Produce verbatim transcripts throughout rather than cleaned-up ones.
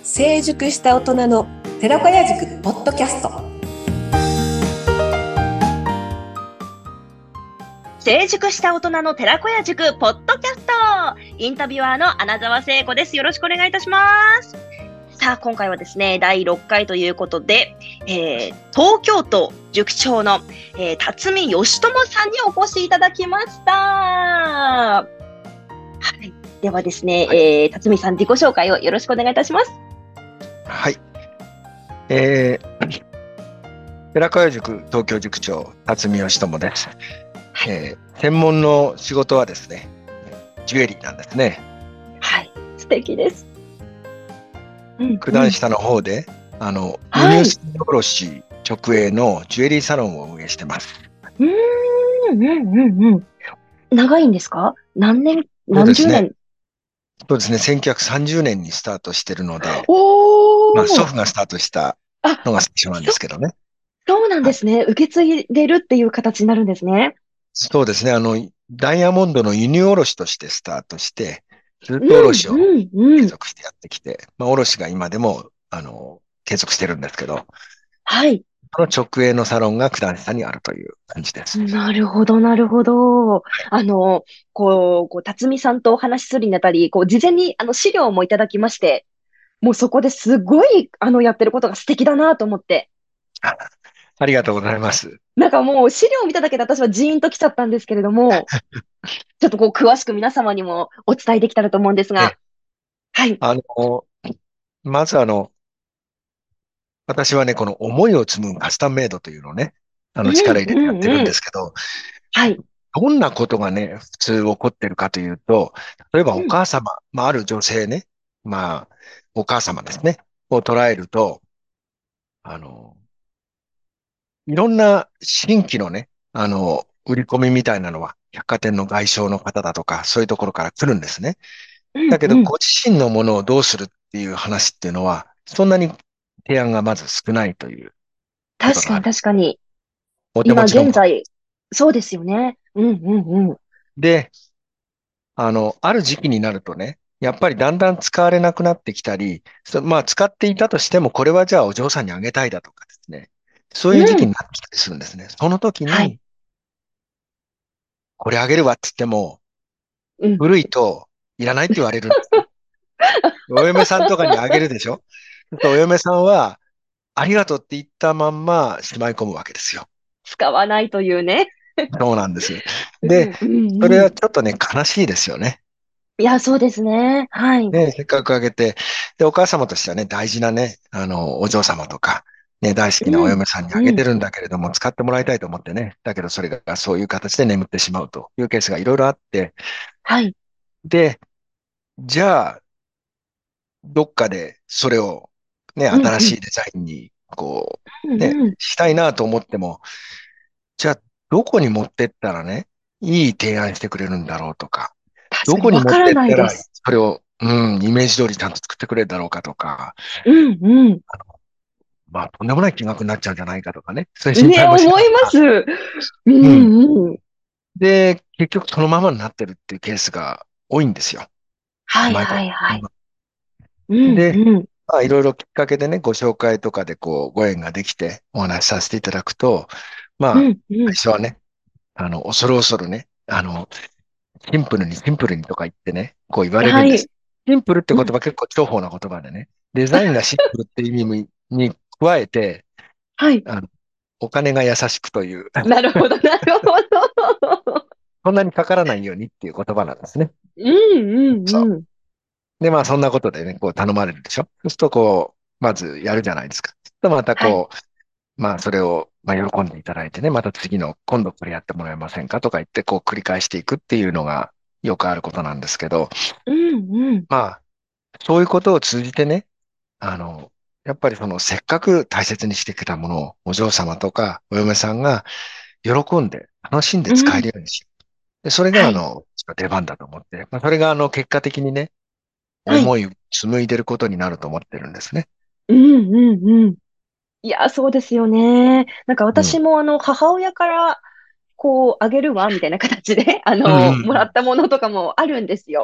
成熟した大人の寺子屋塾ポッドキャスト。 成熟した大人の寺子屋塾ポッドキャスト、インタビュアーの穴澤聖子です。よろしくお願いいたします。さあ、今回はですね、だいろっかいということで、えー、東京都塾長の、えー、辰巳義友さんにお越しいただきました。はい、ではですね、はい、えー、辰巳さん、自己紹介をよろしくお願いいたします。 はい、えー、寺子屋塾東京塾長辰巳義友です。えー、専門の仕事はですね、ジュエリーなんですね。 はい、素敵です。 九段下の方で、うん、あの輸入品卸直営のジュエリーサロンを運営してます。 うーん、うん、うん、うん。長いんですか？何年、何十年？ そうですね、せんきゅうひゃくさんじゅうねんにスタートしてるので、 おー、 まあ、祖父がスタートしたのが最初なんですけどね。 そ、そうなんですね、はい。受け継いでるっていう形になるんですね。 そうですね、あの、ダイヤモンドの輸入卸としてスタートして、ずっと卸を継続してやってきて、うんうんうん、まあ、卸が今でも、あの、継続してるんですけど、 はい。 この直営のサロンが九段下にあるという感じです。 なるほど、なるほど。あの、こう、こう、辰巳さんとお話しするにあたり、こう、事前に、あの、資料もいただきまして、もうそこですごい、あの、やってることが素敵だなと思って。 あ、ありがとうございます。 なんかもう、資料を見ただけで私はジーンと来ちゃったんですけれども、ちょっとこう、詳しく皆様にもお伝えできたらと思うんですが、はい。 あの、まずあの、私はね、この思いを紡ぐカスタムメイドというのをね、あの力入れてやってるんですけど、うんうんうん、 はい。 どんなことがね、普通起こってるかというと、例えばお母様、うん、まあ、ある女性ね、まあ、お母様ですね、を捉えると、あの、いろんな新規のね、あの、売り込みみたいなのは、百貨店の外商の方だとか、そういうところから来るんですね。だけど、ご自身のものをどうするっていう話っていうのは、そんなに提案がまず少ないということがある。 確かに確かに。 お手持ちの今現在、そうですよね。うんうんうん。 で、あの、ある時期になるとね、やっぱりだんだん使われなくなってきたり、まあ使っていたとしても、これはじゃあお嬢さんにあげたいだとかですね、そういう時期になってきたりするんですね。うん、その時に、はい、これあげるわって言っても、うん、古いといらないって言われるんです。お嫁さんとかにあげるでしょ。お嫁さんは、ありがとうって言ったまんましまい込むわけですよ。 使わないというね。 そうなんです。で、うんうんうん、それはちょっとね、悲しいですよね。 いや、そうですね。はい。 ね、せっかくあげて、で、お母様としてはね、大事なね、あの、お嬢様とか、ね、大好きなお嫁さんにあげてるんだけれども、うん、使ってもらいたいと思ってね、だけどそれがそういう形で眠ってしまうというケースがいろいろあって、 はい。 で、じゃあ、どっかでそれをね、新しいデザインに、こう、ね、うんうん、したいなと思っても、じゃあ、どこに持ってったらね、いい提案してくれるんだろうとか、どこに持ってったら、それを、うん、イメージ通りちゃんと作ってくれるだろうかとか、 うんうん。 あのまあ、とんでもない金額になっちゃうんじゃないかとかね、そういう心配もしながらね、思います。うんうん。 で、結局そのままになってるっていうケースが多いんですよ。 はいはいはい。 で、まあ、いろいろきっかけでね、ご紹介とかでこう、ご縁ができてお話しさせていただくと、まあ、うんうん、最初はね、あの、恐る恐るね、あの、シンプルにシンプルにとか言ってね、こう言われるんです。はい、シンプルって言葉、うん、結構重宝な言葉でね、デザインがシンプルっていう意味に加えて、 はい。 あのお金が優しくという。 なるほど、なるほど。 そんなにかからないようにっていう言葉なんですね。 うんうんそう。 うん。 で、まあそんなことでね、こう頼まれるでしょ。そうするとこう、まずやるじゃないですか。そうするとまたこう、はい、まあそれを、まあ喜んでいただいてね、また次の今度これやってもらえませんかとか言って、こう繰り返していくっていうのがよくあることなんですけど、 うんうん、 まあ、そういうことを通じてね、あの、やっぱりそのせっかく大切にしてきたものをお嬢様とかお嫁さんが喜んで楽しんで使えるようにしよう。うん、で、それがあの、はい、出番だと思って、まあそれがあの結果的にね、思いを紡いでることになると思ってるんですね。 はい、うんうんうん。いや、そうですよね。なんか私もあの、母親から、こう、あげるわ、みたいな形で、あの、 うんうん、 もらったものとかもあるんですよ。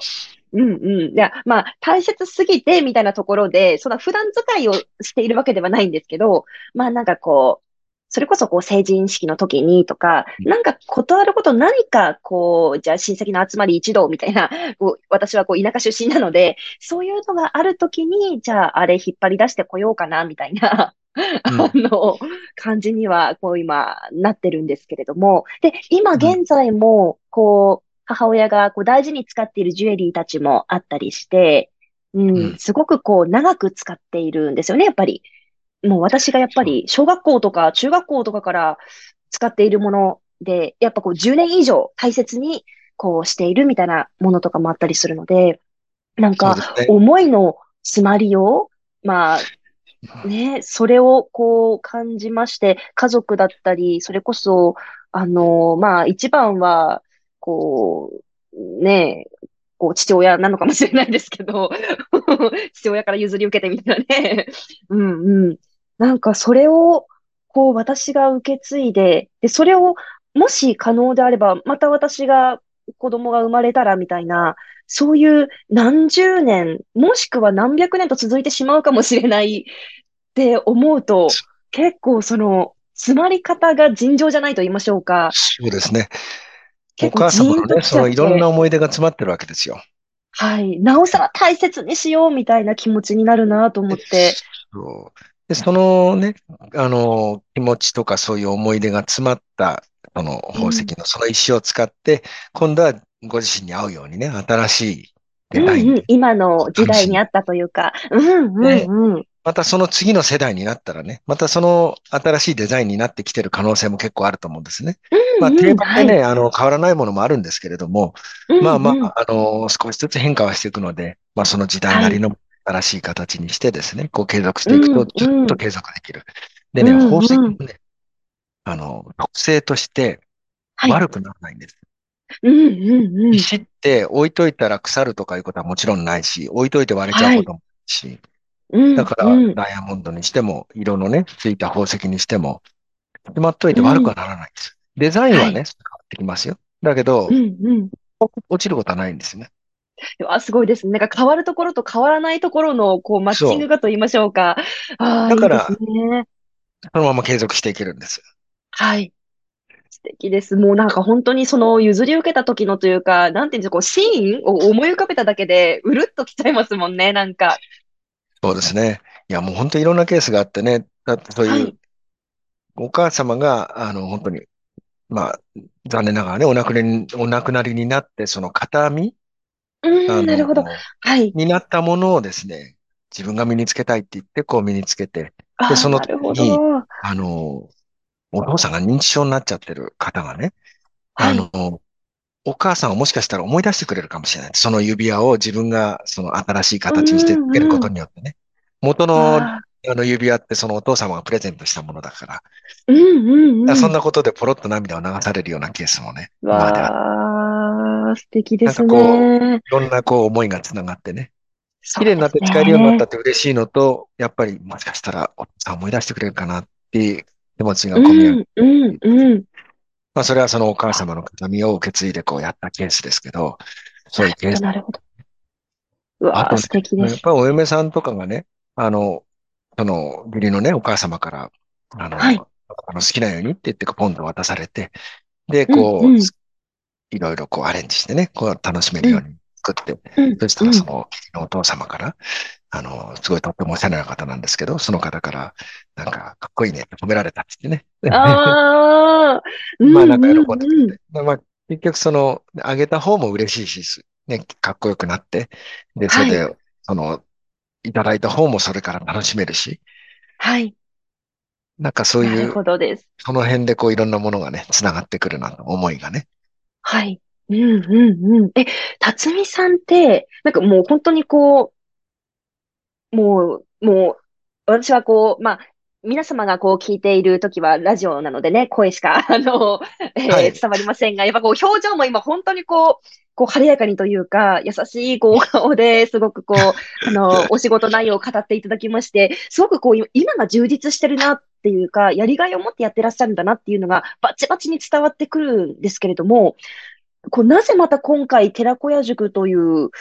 うんうん。いや、まあ、大切すぎてみたいなところで、そんな普段使いをしているわけではないんですけど、まあなんかこう、それこそこう成人式の時にとか、なんか断ること何かこう、じゃあ親戚の集まり一同みたいな、こう私はこう田舎出身なので、そういうのがある時に、じゃああれ引っ張り出してこようかなみたいな、あうん。 の、感じにはこう今なってるんですけれども、で、今うん。 現在もこう、母親がこう大事に使っているジュエリーたちもあったりして、うん、 うん。 すごくこう長く使っているんですよね、やっぱり。もう私がやっぱそう。 り小学校とか中学校とかから使っているもので、やっぱこうじゅうねん以上大切にこうしているみたいなものとかもあったりするので、なんそうですかね。 思いの詰まりよう、まあね、それをこう感じまして、家族だったり、それこそ、あの、まあ一番は、こう、ね、こう父親なのかもしれないですけど、父親から譲り受けてみたいなね。うんうん。なんかそれを、こう私が受け継いで、で、それをもし可能であれば、また私が子供が生まれたらみたいな、そういう何十年、もしくは何百年と続いてしまうかもしれないって思うと、結構その、詰まり方が尋常じゃないと言いましょうか。 そうですね。お結構母ジーンと様のね、そのきちゃって、 いろんな思い出が詰まってるわけですよ。 はい。なおさら大切にしようみたいな気持ちになるなと思で、 って。 そう。で、そのね、あの、気持ちとかそういう思い出が詰まった、そのうん。 宝石のその石を使って、今度はご自身に合うようにね、新しいデザインでうんうん。今の時楽しんで。 代にあったというか。うんうで、 んうん。 またその次の世代になったらね、またその新しいデザインになってきてる可能性も結構あると思うんですね。まあうんうん。はい。 定番でね、あの変わらないものもあるんですけれども、 うんうん。 まあまあ、あの少しずつ変化はしていくので、まあその時代はい。 なりの新しい形にしてですね、こう継続しうていくとんうん。 ずっと継続できる。でうね、宝石んうん。 のね、あの特性としてはい。 悪くならないんです。 うんうんうん。 石って置いといたら腐るとかいうことはもちろんないし、置いといて割れちゃうはい。 こともないし、 うだから、 んうん。 ダイヤモンドにしても、色のね、ついた宝石にしても、決まっというて悪くはん。 ならないんです。デザインはい。 はね、変わってきますよ。だけど、 うんうん。 落ちることはないんですね。 うわ、すごいですね。なんか変わるところと変わらないところの、こう、マッチンそう。 グがと言いましょうか。ああ、いいですだから、 ね。 そのまま継続していけるんです。 はい。素敵です。もうなんか本当にその譲り受けた時のというか、なんていうんですか、こう、シーンを思い浮かべただけで、うるっときちゃいますもんね、なんか。 そうですね。いや、もう本当にいろんなケースがあってね、だってそういうはい。 お母様が、あの、本当に、まあ、残念ながらね、お亡くなりに、お亡くなりになって、その形見、 うーん、なるあの、 ほど。はい。 になったものをですね、自分が身につけたいって言って、こう身につけて、で、 ああ、 その時なるほに、 ど。 あの、お父さんが認知症になっちゃってる方がね、あはい。 の、お母さんをもしかしたら思い出してくれるかもしれない。その指輪を自分がその新しいう形にしてつけることんうん。 によってね。元のああ、 あの指輪ってそのお父様がプレゼントしたものだから。だかうんうんうん。 らそんなことでポロッと涙を流されるようなケースもね、今まである。 わあ、素敵でなんかすこう、 ね。 いろんなこう思いがつながってね。 そうです綺麗になって使えるようになったね。 って嬉しいのと、やっぱりもしかしたらお父さん思い出してくれるかなっていう気持ちがう込み上げんうんうん。 まあ、それはそのお母様の形見を受け継いでこうやったケースですけど、そういうケース。 なるほど。うわあ、 あとね、 素敵です。 やっぱりお嫁さんとかがね、あの、その義理のね、お母様から、あはい。 の、あの好きなようにって言ってポンと渡されて、で、 うんこう、 うんいろいろこうアレンジしてね、こう楽しめるうんように作って、 うんそしたうん。 らその義理のお父様から、あの、すごいとってもおしゃれな方なんですけど、その方から、なんか、かっこいいねって褒められたって言ってね。 ああ、うまあなんかんうんうん。 喜んでくれて。まあ結局その、あげた方も嬉しいし、ね、かっこよくなって、で、それはい。 で、その、いただいた方もそれから楽しめるし、 はい。 なんかそうなるいう、 ほどです。 その辺でこういろんなものがね、つながってくるなと思いがね。 はい。うんうんうん。え、辰巳さんって、なんかもう本当にこう、もう、もう、私はこう、まあ、皆様がこう聞いているときはラジオなのでね、声しか、あの、えーはい。 伝わりませんが、やっぱこう表情も今本当にこう、こう晴れやかにというか、優しいこうお顔ですごくこう、あの、お仕事内容を語っていただきまして、すごくこう、今が充実してるなっていうか、やりがいを持ってやってらっしゃるんだなっていうのがバチバチに伝わってくるんですけれども、こう、なぜまた今回、寺子屋塾という、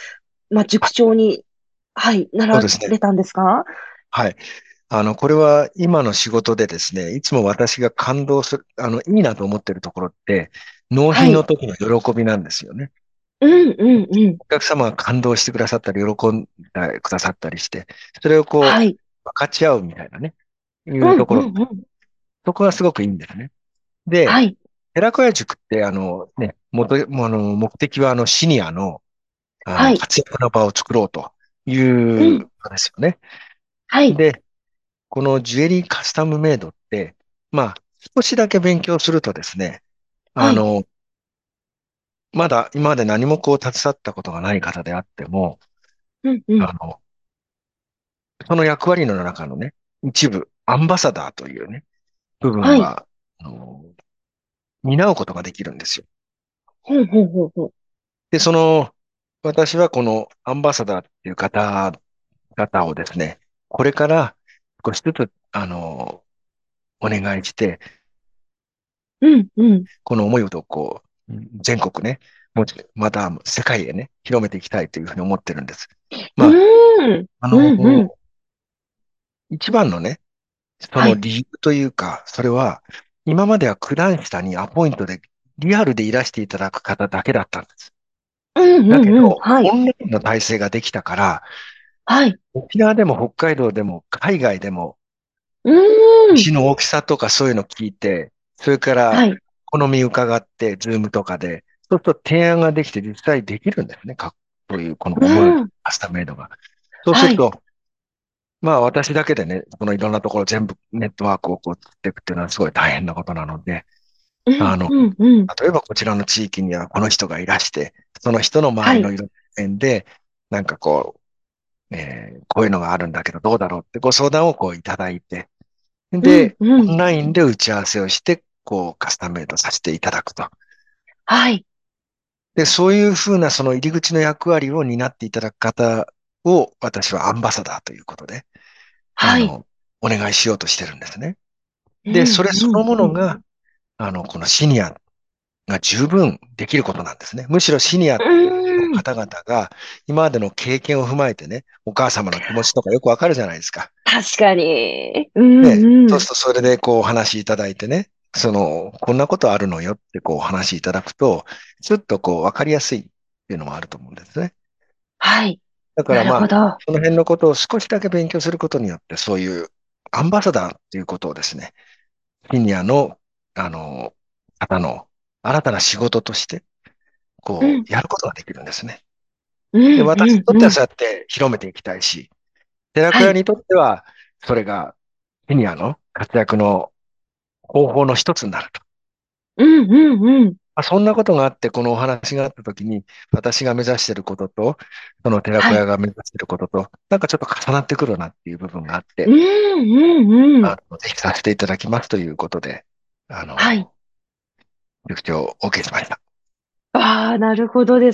まあ、塾長に、はい、ならそうですね。 れたんですか？ はい。あの、これは今の仕事でですね、いつも私が感動する、あの、いいなと思ってるところって、納品のはい。 時の喜びなんですよね。 うん、うん、うん。 お客様が感動してくださったり、喜んでくださったりして、それをこう、 はい。 分かち合うみたいなね、いうん、 うところ、 うん、うん。 そこがすごくいいんですね。で、 はい。 寺子屋塾って、あのね、元、あの、目的はあの、シニアの、あの、 はい。 活躍の場を作ろうというん。 うのですよね。 はい。 で、このジュエリーカスタムメイドって、まあ、少しだけ勉強するとですね、 はい。 あの、まだ今まで何もこう携わったことがない方であっても、 うん、うん。 あの、その役割の中のね、一部、アンバサダーというね、部分はい。 は、あの、担うことができるんですよ。 ほうほうほうほう。 で、その、私はこのアンバサダーっていう方、方をですね、これから少しずつ、あの、お願いして、 うん、うん。 この思いをこう、全国ね、もうちょまた世界へね、広めていきたいというふうに思ってるんです。 うまあ、 ーん。 あの、 うん、うん。 一番のね、そはい。 の理由というか、それは、今までは九段下にアポイントで、リアルでいらしていただく方だけだったんです。 うん、うん、うん。 だけど、 はい。 オンラインの体制ができたから、 はい。 沖縄でも北海道でも海外でも、 うーん。 石の大きさとかそういうの聞いて、それからはい。 好み伺って、ズームとかで、そうすると提案ができて実際できるんですね。かそういうこのう思いをん。 カスタムメイドが。そうすはい。 ると、まあ私だけでね、このいろんなところ全部ネットワークをこう作っていくっていうのはすごい大変なことなので、 うん、 あの、 うん、うん。 例えばこちらの地域にはこの人がいらして、その人の周はい。 りのいろんな面で、なんかこう、えーこういうのがあるんだけどどうだろうってご相談をこういただいて、 うん、 で、 うん。 オンラインで打ち合わせをして、こうカスタムメイドさせていただくと。 はい。 で、そういうふうなその入り口の役割を担っていただく方を私はアンバサダーということで、あはい。 の、お願いしようとしてるんですね。で、 うん、 それそのうん、うん。 ものが、あの、このシニアが十分できることなんですね。むしろシニアうのーん。 方々が今までの経験を踏まえてね、お母様の気持ちとかよくわかるじゃないですか。 確かに。うん、 ね。 うん。 そうするとそれでこうお話しいただいてね、その、こんなことあるのよってこうお話しいただくと、ちょっとこうわかりやすいっていうのもあると思うんですね。 はい。 だかならまあ、 るほど。 その辺のことを少しだけ勉強することによって、そういうアンバサダーっていうことをですね、シニアの、あの、方の新たな仕事として、こうん、 う、やることができるんですね。で、 うん、うん、 私にとってうん。 はそうやって広めていきたいし、寺子はい。 屋にとっては、それがシニアの活躍の方法の一つになると。 うん、うん、うん。 まあ、そんなことがあって、このお話があったときに、私が目指していることと、その寺子屋はい。 が目指していることと、なんかちょっと重なってくるなっていう部分があっうて、 ん、うん、うん。 あの、ぜひさせていただきますということで、あはい。 の、塾長をお受けしました。 ああ、なるほどです。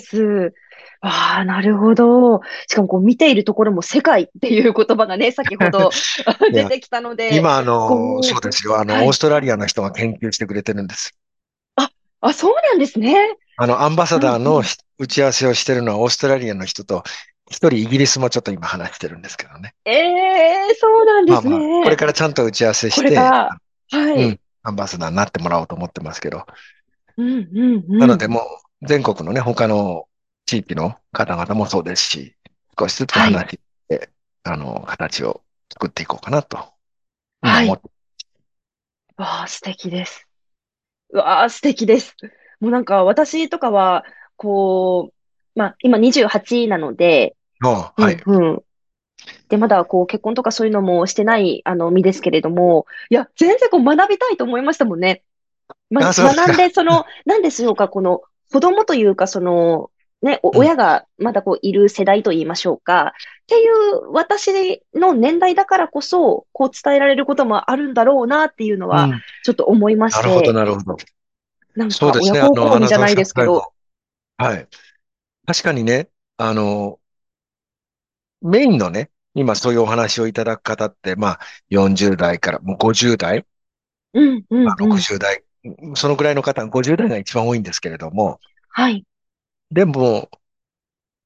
ああ、なるほど。しかも、こう、見ているところも世界っていう言葉がね、先ほどいや、 出てきたので、 今、あの、そこう、 うですよ。あの、 はい。 オーストラリアの人が研究してくれてるんです。 あ、あ、そうなんですね。 あの、アンバサうん、 ダーのうん。 し打ち合わせをしてるのはオーストラリアの人と、一人イギリスもちょっと今話してるんですけどね。 ええ、そうなんですまあまあ、これね。 からちゃんと打ち合わせこして、 れから、はい。 うん、アンバサダーになってもらおうと思ってますけど。 うん、うん、うん。 なので、もう、全国のね、他の地域の方々もそうですし、少しずつはい。 話して、あの、形を作っていこうかなと、今はい。 思って。 わあ、素敵です。うわあ、素敵です。もうなんか私とかは、こう、まあ今にじゅうはちなので、 あはい。 うんうん。で、まだこう結婚とかそういうのもしてないあの身ですけれども、いや、全然こう学びたいと思いましたもんね。ま、 あ、そうですか。 学んで、その、なんでしょうか、この子供というか、その、ね、おうん。 親がまだこういる世代と言いましょうか。っていう私の年代だからこそ、こう伝えられることもあるんだろうなっていうのは、 うん。 ちょっと思いましなるほど、 て、 なるほど。 なんか親そうですね。あの、 孝行にじゃな穴澤さん、 いですけど、 最後。はい。確かにね、あの、メインのね、今そういうお話をいただく方って、まあ、よんじゅう代からもうごじゅう代、 うんうまあ、 んうん。 ろくじゅう代、そのくらいの方、ごじゅう代が一番多いんですけれども、 はい。 でも、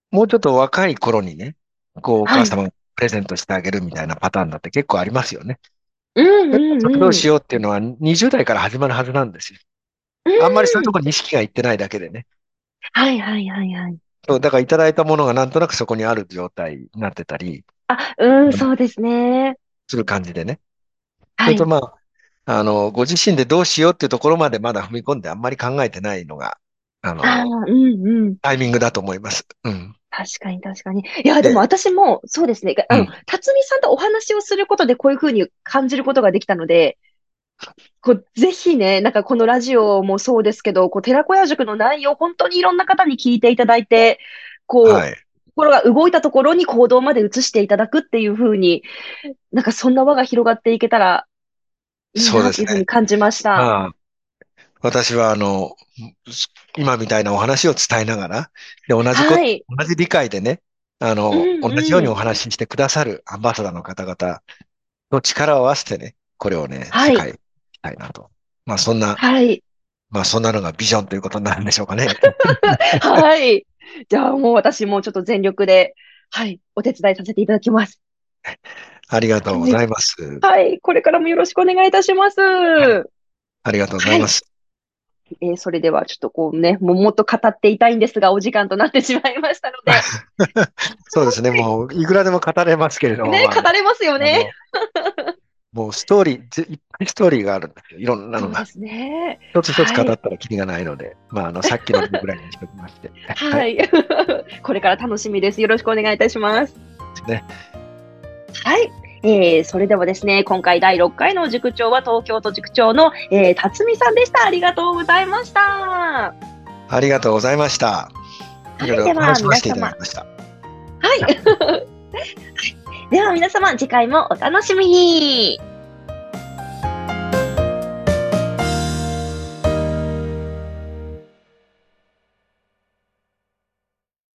もうちょっと若い頃にね、こう、おはい。 母様がプレゼントしてあげるみたいなパターンだって結構ありますよね。 うんだからそれをうんうん。 しようっていうのはにじゅう代から始まるはずなんですよ。 うあんまりそういうとん。 ころに意識がいってないだけでね。 はいはいはいはい。 そう、だからいただいたものがなんとなくそこにある状態になってたり、 あ、うん、 あのそうですね。 する感じでね。そはい。 れとまあ、あの、ご自身でどうしようっていうところまでまだ踏み込んであんまり考えてないのが、あああ、 の、 うんうん。 タイミングだと思います。うん。 確かに確かに。いや、でもで、 私も、そうですね。あの、 うん。 辰巳さんとお話をすることでこういうふうに感じることができたので、こう、ぜひね、なんかこのラジオもそうですけど、こう、寺子屋塾の内容、本当にいろんな方に聞いていただいて、こう、 はい。 心が動いたところに行動まで移していただくっていうふうに、なんかそんな輪が広がっていけたらいいなっていうふうにそうですね。 感じました。 まあ、私はあの、今みたいなお話を伝えながら、で、同じこ、 はい。 同じ理解でね、あうの、同じようにおんうん。 話ししてくださるアンバサダーの方々の力を合わせてね、これをね、 はい。 世界にしたいなと。まあ、そんな、 はい。 まあ、そんなのがビジョンということになるんでしょうかね。 はい。じゃあもう私もちょっと全力で、はい、お手伝いさせていただきます。 ありがとうごはい。 ざいます。 はい。これからもよろしくお願いいたします。 はい。 はありがとうございまい。 す。 えーそれではちょっとこうね、もうもっと語っていたいんですが、お時間となってしまいましたので、 そうですね。もう、いくらでも語れますけれども、 ね、 まあ、 語れますよね。 あの、もうストーリー、ぜいっぱいストーリーがあるんですよ。いろんなのが。 そうですね。 一つ一つ語ったはい。 らキリがないので、まあ、あの、さっきの例ぐらいにしておきまして。はい。 はい。これから楽しみです。よろしくお願いいたします。 ですね。 はい。えー、それではですね、今回だいろっかいの塾長は東京都塾長の、えー、辰巳さんでした。ありがとうございました。はありがとうございました。いろいい。 ろでは、 楽しませていただ皆様。 きました。 はい。では、皆様、次回もお楽しみに。